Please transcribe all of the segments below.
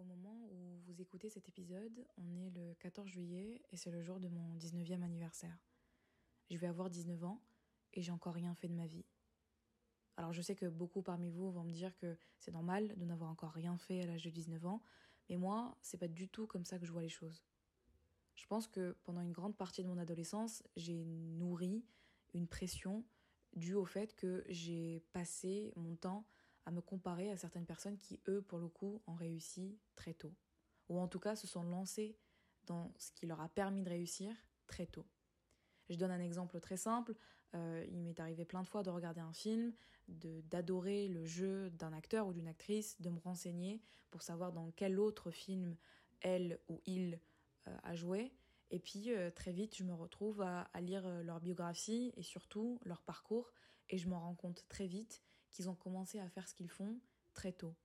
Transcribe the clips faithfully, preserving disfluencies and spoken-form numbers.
Au moment où vous écoutez cet épisode, on est le quatorze juillet et c'est le jour de mon dix-neuvième anniversaire. Je vais avoir dix-neuf ans et j'ai encore rien fait de ma vie. Alors je sais que beaucoup parmi vous vont me dire que c'est normal de n'avoir encore rien fait à l'âge de dix-neuf ans, mais moi, c'est pas du tout comme ça que je vois les choses. Je pense que pendant une grande partie de mon adolescence, j'ai nourri une pression due au fait que j'ai passé mon temps à me comparer à certaines personnes qui, eux, pour le coup, ont réussi très tôt. Ou en tout cas se sont lancés dans ce qui leur a permis de réussir très tôt. Je donne un exemple très simple. Euh, il m'est arrivé plein de fois de regarder un film, de, d'adorer le jeu d'un acteur ou d'une actrice, de me renseigner pour savoir dans quel autre film elle ou il euh, a joué. Et puis euh, très vite, je me retrouve à, à lire euh, leur biographie et surtout leur parcours. Et je m'en rends compte très vite qu'ils ont commencé à faire ce qu'ils font très tôt.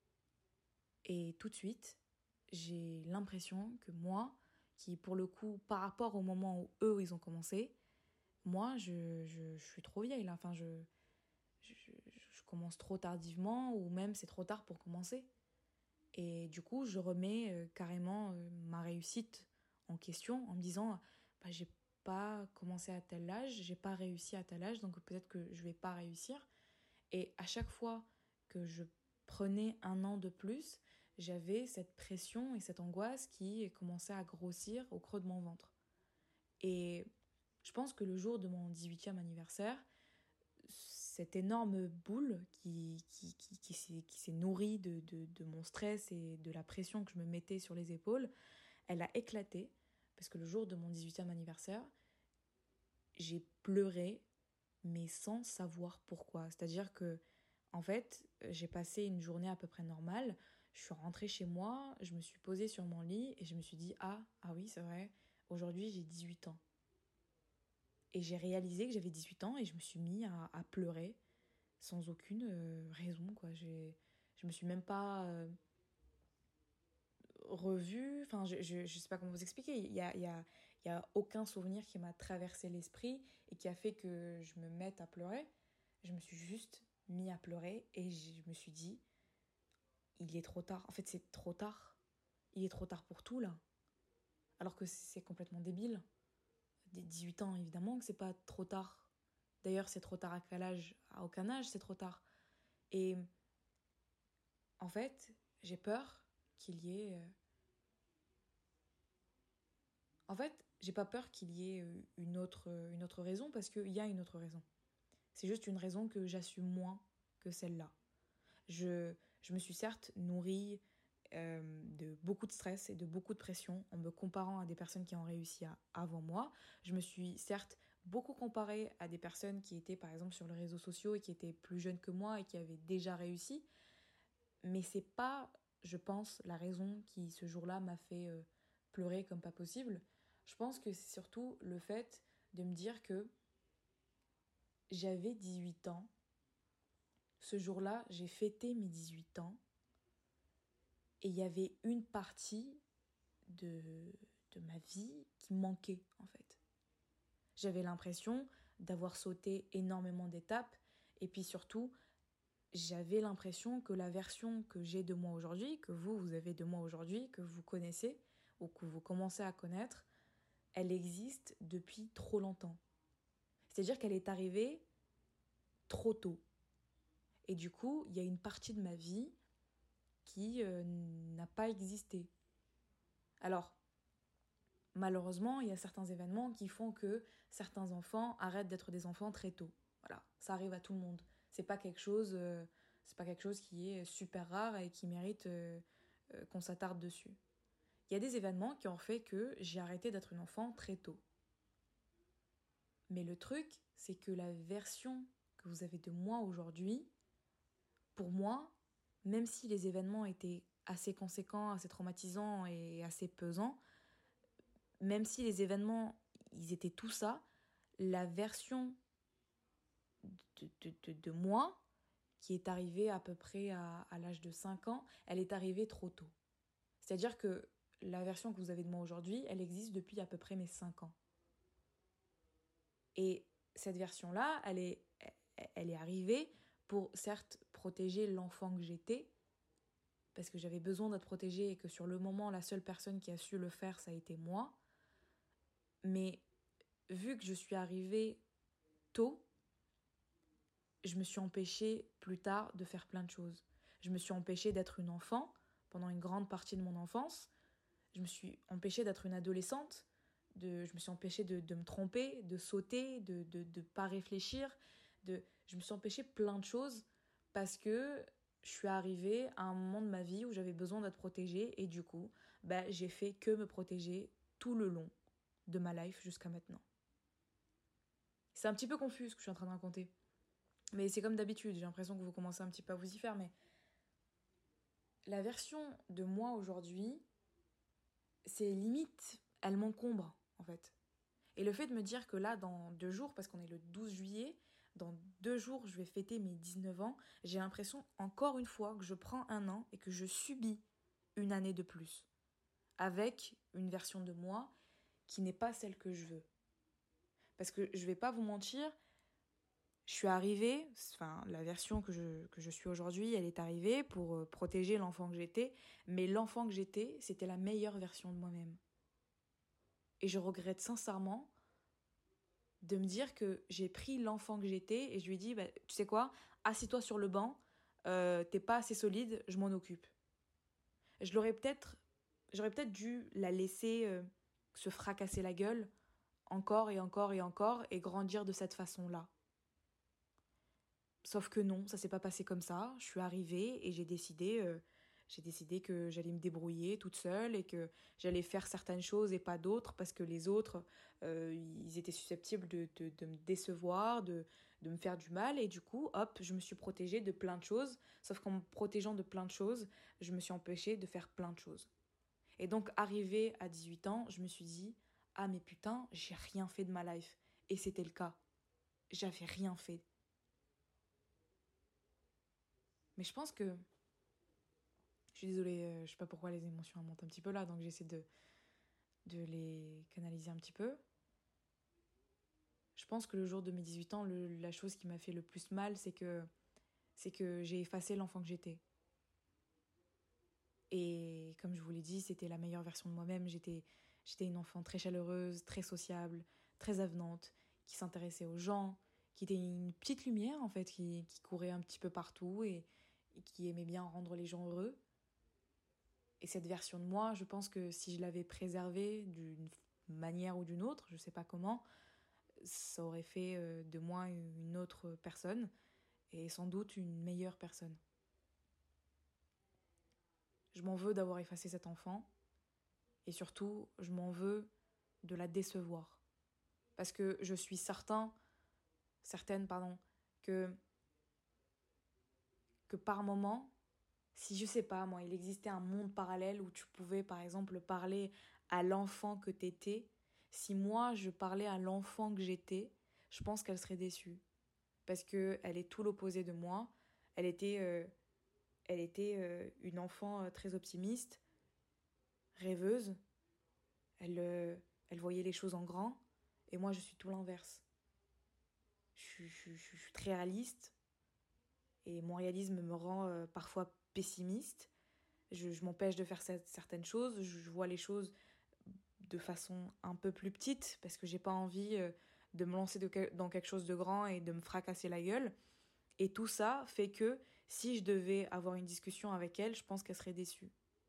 Et tout de suite, j'ai l'impression que moi, qui pour le coup, par rapport au moment où eux, ils ont commencé, moi, je, je, je suis trop vieille là. Enfin, je, je, je commence trop tardivement ou même c'est trop tard pour commencer. Et du coup, je remets euh, carrément euh, ma réussite en question en me disant bah, j'ai pas commencé à tel âge, j'ai pas réussi à tel âge, donc peut-être que je vais pas réussir. Et à chaque fois que je prenais un an de plus, j'avais cette pression et cette angoisse qui commençait à grossir au creux de mon ventre. Et je pense que le jour de mon dix-huitième anniversaire, cette énorme boule qui, qui, qui, qui, s'est, qui s'est nourrie de, de, de mon stress et de la pression que je me mettais sur les épaules, elle a éclaté. Parce que le jour de mon dix-huitième anniversaire, j'ai pleuré, mais sans savoir pourquoi. C'est-à-dire que, en fait, j'ai passé une journée à peu près normale. Je suis rentrée chez moi, je me suis posée sur mon lit et je me suis dit « Ah, ah oui, c'est vrai, aujourd'hui j'ai dix-huit ans ». Et j'ai réalisé que j'avais dix-huit ans et je me suis mis à, à pleurer sans aucune euh, raison, quoi. J'ai, je me suis même pas euh, revue, enfin, je, je, je sais pas comment vous expliquer. Il y a, il y a, il y a aucun souvenir qui m'a traversé l'esprit et qui a fait que je me mette à pleurer. Je me suis juste mis à pleurer et je me suis dit, il est trop tard. En fait, c'est trop tard. Il est trop tard pour tout, là. Alors que c'est complètement débile. Des dix-huit ans, évidemment que c'est pas trop tard. D'ailleurs, c'est trop tard à quel âge ? À aucun âge, c'est trop tard. Et en fait, j'ai peur qu'il y ait... Euh... En fait, j'ai pas peur qu'il y ait une autre, une autre raison, parce qu'il y a une autre raison. C'est juste une raison que j'assume moins que celle-là. Je, je me suis certes nourrie euh, de beaucoup de stress et de beaucoup de pression en me comparant à des personnes qui ont réussi à, avant moi. Je me suis certes beaucoup comparée à des personnes qui étaient par exemple sur les réseaux sociaux et qui étaient plus jeunes que moi et qui avaient déjà réussi. Mais c'est pas, je pense, la raison qui ce jour-là m'a fait euh, pleurer comme pas possible. Je pense que c'est surtout le fait de me dire que j'avais dix-huit ans. Ce jour-là, j'ai fêté mes dix-huit ans. Et il y avait une partie de, de ma vie qui manquait, en fait. J'avais l'impression d'avoir sauté énormément d'étapes. Et puis surtout, j'avais l'impression que la version que j'ai de moi aujourd'hui, que vous, vous avez de moi aujourd'hui, que vous connaissez, ou que vous commencez à connaître, elle existe depuis trop longtemps. C'est-à-dire qu'elle est arrivée trop tôt. Et du coup, il y a une partie de ma vie qui euh, n'a pas existé. Alors, malheureusement, il y a certains événements qui font que certains enfants arrêtent d'être des enfants très tôt. Voilà, ça arrive à tout le monde. C'est pas quelque chose, euh, c'est pas quelque chose qui est super rare et qui mérite euh, euh, qu'on s'attarde dessus. Il y a des événements qui ont fait que j'ai arrêté d'être une enfant très tôt. Mais le truc, c'est que la version que vous avez de moi aujourd'hui, pour moi, même si les événements étaient assez conséquents, assez traumatisants et assez pesants, même si les événements, ils étaient tout ça, la version de, de, de, de moi, qui est arrivée à peu près à, à l'âge de cinq ans, elle est arrivée trop tôt. C'est-à-dire que la version que vous avez de moi aujourd'hui, elle existe depuis à peu près mes cinq ans. Et cette version-là, elle est, elle est arrivée pour certes protéger l'enfant que j'étais, parce que j'avais besoin d'être protégée et que sur le moment, la seule personne qui a su le faire, ça a été moi. Mais vu que je suis arrivée tôt, je me suis empêchée plus tard de faire plein de choses. Je me suis empêchée d'être une enfant pendant une grande partie de mon enfance. Je me suis empêchée d'être une adolescente. De, je me suis empêchée de, de me tromper, de sauter, de ne de, de pas réfléchir. De, je me suis empêchée plein de choses parce que je suis arrivée à un moment de ma vie où j'avais besoin d'être protégée et du coup, bah, j'ai fait que me protéger tout le long de ma life jusqu'à maintenant. C'est un petit peu confus ce que je suis en train de raconter. Mais c'est comme d'habitude, j'ai l'impression que vous commencez un petit peu à vous y faire, mais la version de moi aujourd'hui, c'est limite, elle m'encombre en fait. Et le fait de me dire que là, dans deux jours, parce qu'on est le douze juillet, dans deux jours, je vais fêter mes dix-neuf ans, j'ai l'impression, encore une fois, que je prends un an et que je subis une année de plus. Avec une version de moi qui n'est pas celle que je veux. Parce que je vais pas vous mentir, je suis arrivée, enfin la version que je, que je suis aujourd'hui, elle est arrivée pour protéger l'enfant que j'étais, mais l'enfant que j'étais, c'était la meilleure version de moi-même. Et je regrette sincèrement de me dire que j'ai pris l'enfant que j'étais et je lui ai dit, bah, tu sais quoi, assis-toi sur le banc, euh, t'es pas assez solide, je m'en occupe. Je l'aurais peut-être, j'aurais peut-être dû la laisser euh, se fracasser la gueule encore et encore et encore et grandir de cette façon-là. Sauf que non, ça s'est pas passé comme ça. Je suis arrivée et j'ai décidé, euh, j'ai décidé que j'allais me débrouiller toute seule et que j'allais faire certaines choses et pas d'autres parce que les autres, euh, ils étaient susceptibles de, de, de me décevoir, de, de me faire du mal. Et du coup, hop, je me suis protégée de plein de choses. Sauf qu'en me protégeant de plein de choses, je me suis empêchée de faire plein de choses. Et donc, arrivée à dix-huit ans, je me suis dit, ah mais putain, j'ai rien fait de ma life. Et c'était le cas. J'avais rien fait. Mais je pense que... Je suis désolée, euh, je sais pas pourquoi les émotions montent un petit peu là, donc j'essaie de, de les canaliser un petit peu. Je pense que le jour de mes dix-huit ans, le, la chose qui m'a fait le plus mal, c'est que, c'est que j'ai effacé l'enfant que j'étais. Et comme je vous l'ai dit, c'était la meilleure version de moi-même. J'étais, j'étais une enfant très chaleureuse, très sociable, très avenante, qui s'intéressait aux gens, qui était une petite lumière en fait, qui, qui courait un petit peu partout et, et qui aimait bien rendre les gens heureux. Et cette version de moi, je pense que si je l'avais préservée d'une manière ou d'une autre, je sais pas comment, ça aurait fait de moi une autre personne et sans doute une meilleure personne. Je m'en veux d'avoir effacé cet enfant et surtout, je m'en veux de la décevoir. Parce que je suis certain, certaine, pardon, que, que par moment, si je sais pas, moi, il existait un monde parallèle où tu pouvais, par exemple, parler à l'enfant que t'étais, si moi, je parlais à l'enfant que j'étais, je pense qu'elle serait déçue. Parce qu'elle est tout l'opposé de moi. Elle était, euh, elle était euh, une enfant euh, très optimiste, rêveuse. Elle, euh, elle voyait les choses en grand. Et moi, je suis tout l'inverse. Je, je, je, je suis très réaliste. Et mon réalisme me rend euh, parfois pessimiste. Je, je m'empêche de faire certaines choses, je vois les choses de façon un peu plus petite parce que j'ai pas envie de me lancer de, dans quelque chose de grand et de me fracasser la gueule. Et tout ça fait que si je devais avoir une discussion avec elle, je pense qu'elle serait déçue.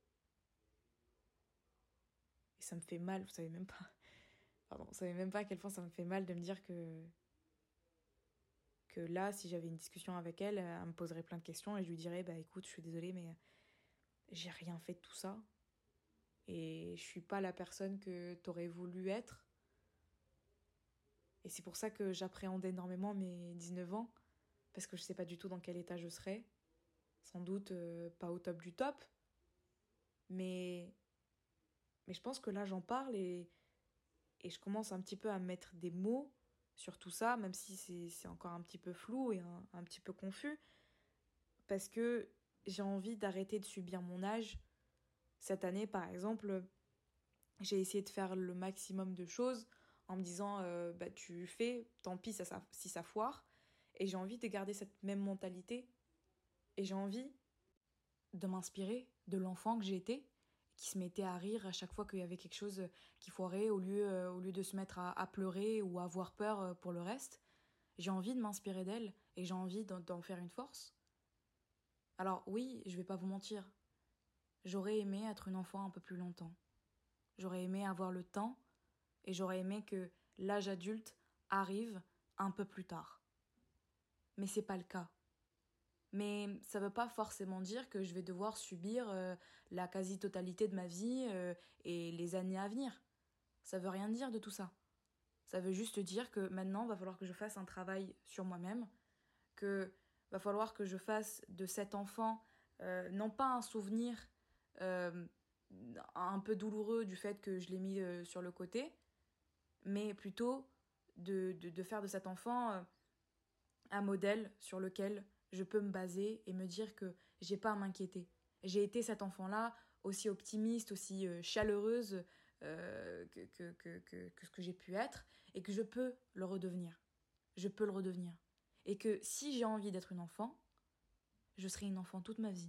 Et ça me fait mal, vous savez même pas. Pardon, vous savez même pas à quel point ça me fait mal de me dire que que là, si j'avais une discussion avec elle, elle me poserait plein de questions et je lui dirais bah écoute, je suis désolée mais j'ai rien fait de tout ça. Et je suis pas la personne que t'aurais voulu être. Et c'est pour ça que j'appréhende énormément mes dix-neuf ans, parce que je sais pas du tout dans quel état je serai. Sans doute euh, pas au top du top, mais, mais je pense que là j'en parle et, et je commence un petit peu à mettre des mots sur tout ça, même si c'est, c'est encore un petit peu flou et un, un petit peu confus, parce que j'ai envie d'arrêter de subir mon âge. Cette année, par exemple, j'ai essayé de faire le maximum de choses en me disant euh, bah tu fais, tant pis ça, ça, si ça foire. Et j'ai envie de garder cette même mentalité. Et j'ai envie de m'inspirer de l'enfant que j'étais, qui se mettait à rire à chaque fois qu'il y avait quelque chose qui foirait, au lieu, euh, au lieu de se mettre à, à pleurer ou à avoir peur pour le reste. J'ai envie de m'inspirer d'elle et j'ai envie d'en, d'en faire une force. Alors oui, je vais pas vous mentir, j'aurais aimé être une enfant un peu plus longtemps. J'aurais aimé avoir le temps et j'aurais aimé que l'âge adulte arrive un peu plus tard. Mais c'est pas le cas. Mais ça veut pas forcément dire que je vais devoir subir euh, la quasi-totalité de ma vie euh, et les années à venir. Ça veut rien dire de tout ça. Ça veut juste dire que maintenant, il va falloir que je fasse un travail sur moi-même, que va falloir que je fasse de cet enfant euh, non pas un souvenir euh, un peu douloureux du fait que je l'ai mis euh, sur le côté, mais plutôt de, de, de faire de cet enfant euh, un modèle sur lequel je peux me baser et me dire que j'ai pas à m'inquiéter. J'ai été cet enfant-là aussi optimiste, aussi euh, chaleureuse euh, que, que, que, que, que ce que j'ai pu être et que je peux le redevenir. Je peux le redevenir. Et que si j'ai envie d'être une enfant, je serai une enfant toute ma vie.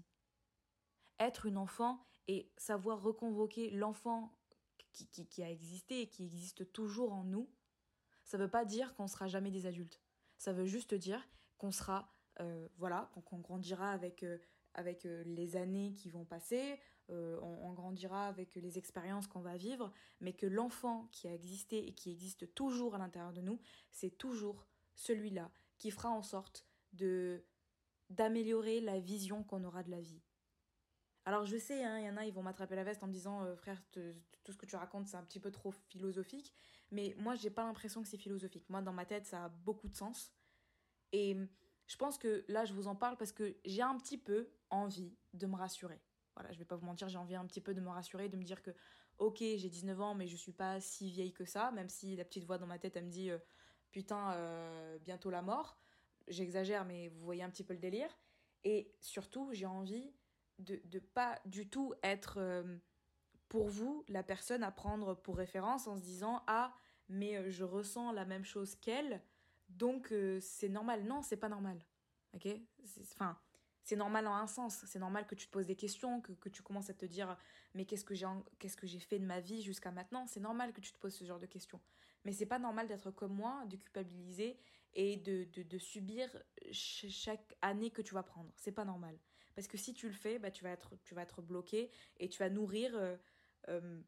Être une enfant et savoir reconvoquer l'enfant qui, qui, qui a existé et qui existe toujours en nous, ça ne veut pas dire qu'on ne sera jamais des adultes. Ça veut juste dire qu'on sera, euh, voilà, qu'on, qu'on grandira avec, euh, avec euh, les années qui vont passer, euh, on, on grandira avec les expériences qu'on va vivre, mais que l'enfant qui a existé et qui existe toujours à l'intérieur de nous, c'est toujours celui-là qui fera en sorte de, d'améliorer la vision qu'on aura de la vie. Alors je sais, hein, il y en a, ils vont m'attraper la veste en me disant euh, frère, te, tout ce que tu racontes, c'est un petit peu trop philosophique. Mais moi, j'ai pas l'impression que c'est philosophique. Moi, dans ma tête, ça a beaucoup de sens. Et je pense que là, je vous en parle parce que j'ai un petit peu envie de me rassurer. Voilà, je vais pas vous mentir, j'ai envie un petit peu de me rassurer, de me dire que, ok, j'ai dix-neuf ans, mais je suis pas si vieille que ça, même si la petite voix dans ma tête, elle me dit, euh, putain, euh, bientôt la mort. J'exagère, mais vous voyez un petit peu le délire. Et surtout, j'ai envie de, de pas du tout être, euh, pour vous, la personne à prendre pour référence en se disant, ah, mais euh, je ressens la même chose qu'elle, donc euh, c'est normal. Non, c'est pas normal. Ok? Enfin, c'est normal en un sens. C'est normal que tu te poses des questions, que, que tu commences à te dire mais qu'est-ce que j'ai en- qu'est-ce que j'ai fait de ma vie jusqu'à maintenant? C'est normal que tu te poses ce genre de questions. Mais c'est pas normal d'être comme moi, de culpabiliser et de, de, de subir ch- chaque année que tu vas prendre. C'est pas normal. Parce que si tu le fais, bah, tu vas être, tu vas être bloqué et tu vas nourrir euh, euh,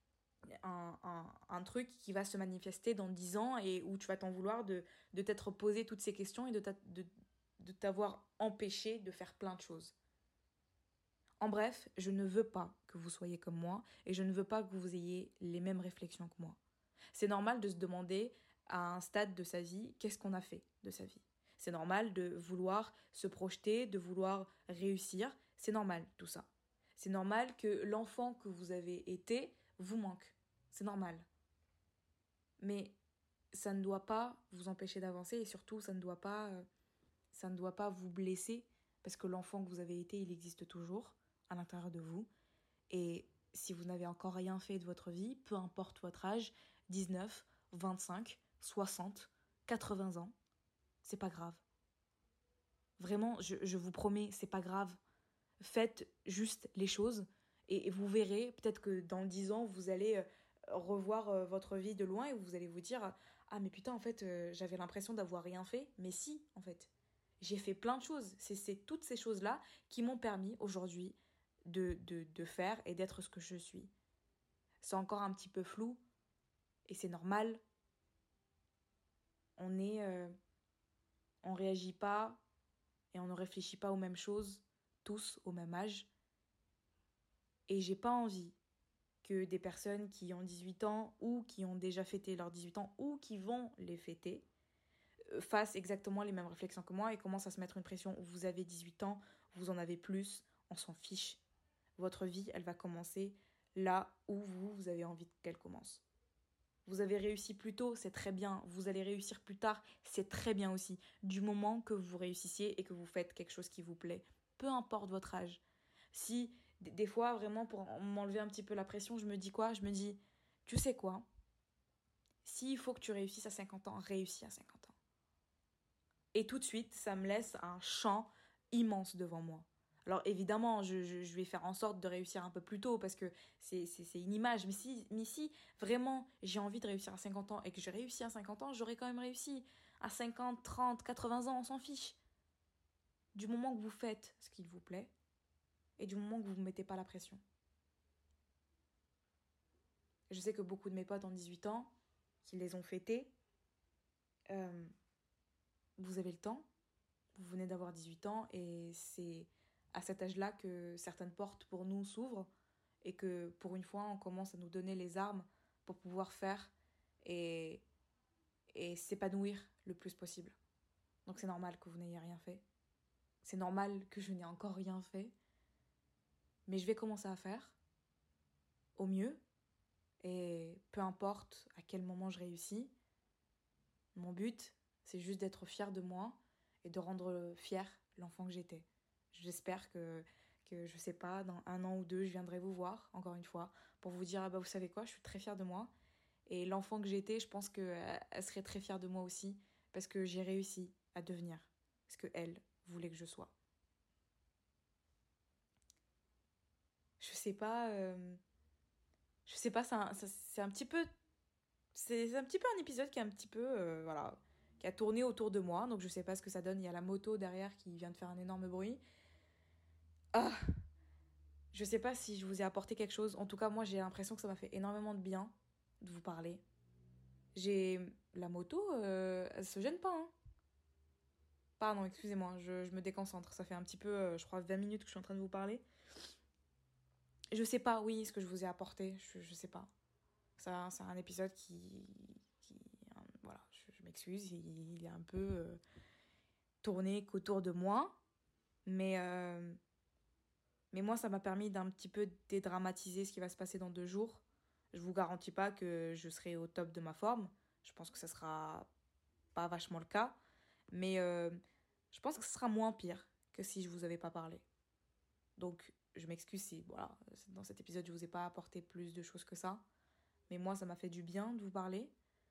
un, un, un truc qui va se manifester dans dix ans et où tu vas t'en vouloir de, de t'être posé toutes ces questions et de, ta, de, de t'avoir empêché de faire plein de choses. En bref, je ne veux pas que vous soyez comme moi et je ne veux pas que vous ayez les mêmes réflexions que moi. C'est normal de se demander à un stade de sa vie qu'est-ce qu'on a fait de sa vie. C'est normal de vouloir se projeter, de vouloir réussir. C'est normal tout ça. C'est normal que l'enfant que vous avez été vous manque. C'est normal. Mais ça ne doit pas vous empêcher d'avancer et surtout ça ne doit pas, euh, ça ne doit pas vous blesser parce que l'enfant que vous avez été, il existe toujours à l'intérieur de vous. Et si vous n'avez encore rien fait de votre vie, peu importe votre âge, dix-neuf, vingt-cinq, soixante, quatre-vingts ans, c'est pas grave. Vraiment, je, je vous promets, c'est pas grave. Faites juste les choses et vous verrez, peut-être que dans dix ans, vous allez euh, revoir euh, votre vie de loin et vous allez vous dire ah mais putain, en fait, euh, j'avais l'impression d'avoir rien fait. Mais si, en fait. J'ai fait plein de choses. C'est, c'est toutes ces choses-là qui m'ont permis aujourd'hui de, de, de faire et d'être ce que je suis. C'est encore un petit peu flou et c'est normal. On est... euh, on réagit pas et on ne réfléchit pas aux mêmes choses, tous au même âge. Et j'ai pas envie que des personnes qui ont dix-huit ans ou qui ont déjà fêté leurs dix-huit ans ou qui vont les fêter euh, fassent exactement les mêmes réflexions que moi et commencent à se mettre une pression. Vous avez dix-huit ans, vous en avez plus, on s'en fiche. Votre vie, elle va commencer là où vous, vous avez envie qu'elle commence. Vous avez réussi plus tôt, c'est très bien. Vous allez réussir plus tard, c'est très bien aussi. Du moment que vous réussissiez et que vous faites quelque chose qui vous plaît, peu importe votre âge. Si, des fois, vraiment, pour m'enlever un petit peu la pression, je me dis quoi? Je me dis, tu sais quoi? S'il faut que tu réussisses à cinquante ans, réussis à cinquante ans. Et tout de suite, ça me laisse un champ immense devant moi. Alors évidemment, je, je, je vais faire en sorte de réussir un peu plus tôt parce que c'est, c'est, c'est une image. Mais si, mais si vraiment j'ai envie de réussir à cinquante ans et que j'ai réussi à cinquante ans, j'aurais quand même réussi. À cinquante, trente, quatre-vingts ans, on s'en fiche. Du moment que vous faites ce qu'il vous plaît et du moment que vous ne vous mettez pas la pression. Je sais que beaucoup de mes potes ont dix-huit ans, qui les ont fêtés. Euh, vous avez le temps, vous venez d'avoir dix-huit ans et c'est à cet âge-là que certaines portes pour nous s'ouvrent et que pour une fois on commence à nous donner les armes pour pouvoir faire et, et s'épanouir le plus possible. Donc c'est normal que vous n'ayez rien fait. C'est normal que je n'ai encore rien fait. Mais je vais commencer à faire au mieux. Et peu importe à quel moment je réussis, mon but, c'est juste d'être fière de moi et de rendre fier l'enfant que j'étais. J'espère que, que, je sais pas, dans un an ou deux, je viendrai vous voir, encore une fois, pour vous dire, ah bah vous savez quoi, je suis très fière de moi. Et l'enfant que j'étais, je pense qu'elle serait très fière de moi aussi, parce que j'ai réussi à devenir ce qu'elle voulait que je sois. Je sais pas... Euh... Je sais pas, c'est un, c'est un petit peu... C'est, c'est un petit peu un épisode qui est un petit peu... Euh, voilà, qui a tourné autour de moi, donc je sais pas ce que ça donne. Il y a la moto derrière qui vient de faire un énorme bruit. Ah, je sais pas si je vous ai apporté quelque chose. En tout cas, moi, j'ai l'impression que ça m'a fait énormément de bien de vous parler. J'ai... La moto, euh, elle se gêne pas, hein. Pardon, excusez-moi, je, je me déconcentre. Ça fait un petit peu, euh, je crois, vingt minutes que je suis en train de vous parler. Je sais pas, oui, ce que je vous ai apporté, je, je sais pas. Ça, c'est un épisode qui... qui euh, voilà, je, je m'excuse, il, il est un peu euh, tourné qu'autour de moi. Mais, euh, mais moi, ça m'a permis d'un petit peu dédramatiser ce qui va se passer dans deux jours. Je vous garantis pas que je serai au top de ma forme. Je pense que ça sera pas vachement le cas. Mais euh, je pense que ce sera moins pire que si je vous avais pas parlé. Donc, je m'excuse si, voilà, dans cet épisode, je vous ai pas apporté plus de choses que ça. Mais moi, ça m'a fait du bien de vous parler.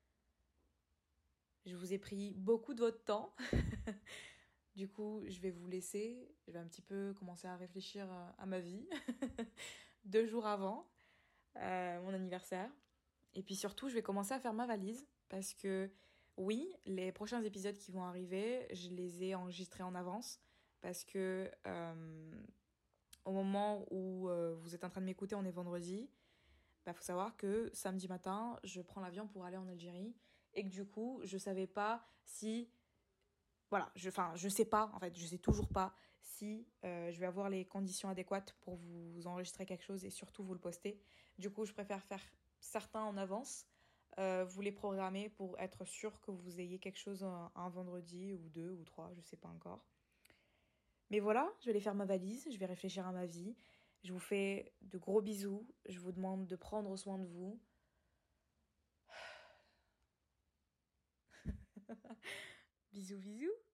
Je vous ai pris beaucoup de votre temps. Du coup, je vais vous laisser. Je vais un petit peu commencer à réfléchir à ma vie. Deux jours avant euh, mon anniversaire. Et puis surtout, je vais commencer à faire ma valise. Parce que, oui, les prochains épisodes qui vont arriver, je les ai enregistrés en avance. Parce que euh, au moment où euh, vous êtes en train de m'écouter, on est vendredi. Bah, faut savoir que samedi matin, je prends l'avion pour aller en Algérie. Et que du coup, je savais pas si... Voilà, je, enfin, je sais pas, en fait, je sais toujours pas si euh, je vais avoir les conditions adéquates pour vous enregistrer quelque chose et surtout vous le poster. Du coup, je préfère faire certains en avance, euh, vous les programmer pour être sûr que vous ayez quelque chose un, un vendredi ou deux ou trois, je sais pas encore. Mais voilà, je vais aller faire ma valise, je vais réfléchir à ma vie. Je vous fais de gros bisous, je vous demande de prendre soin de vous. Bisous, bisous.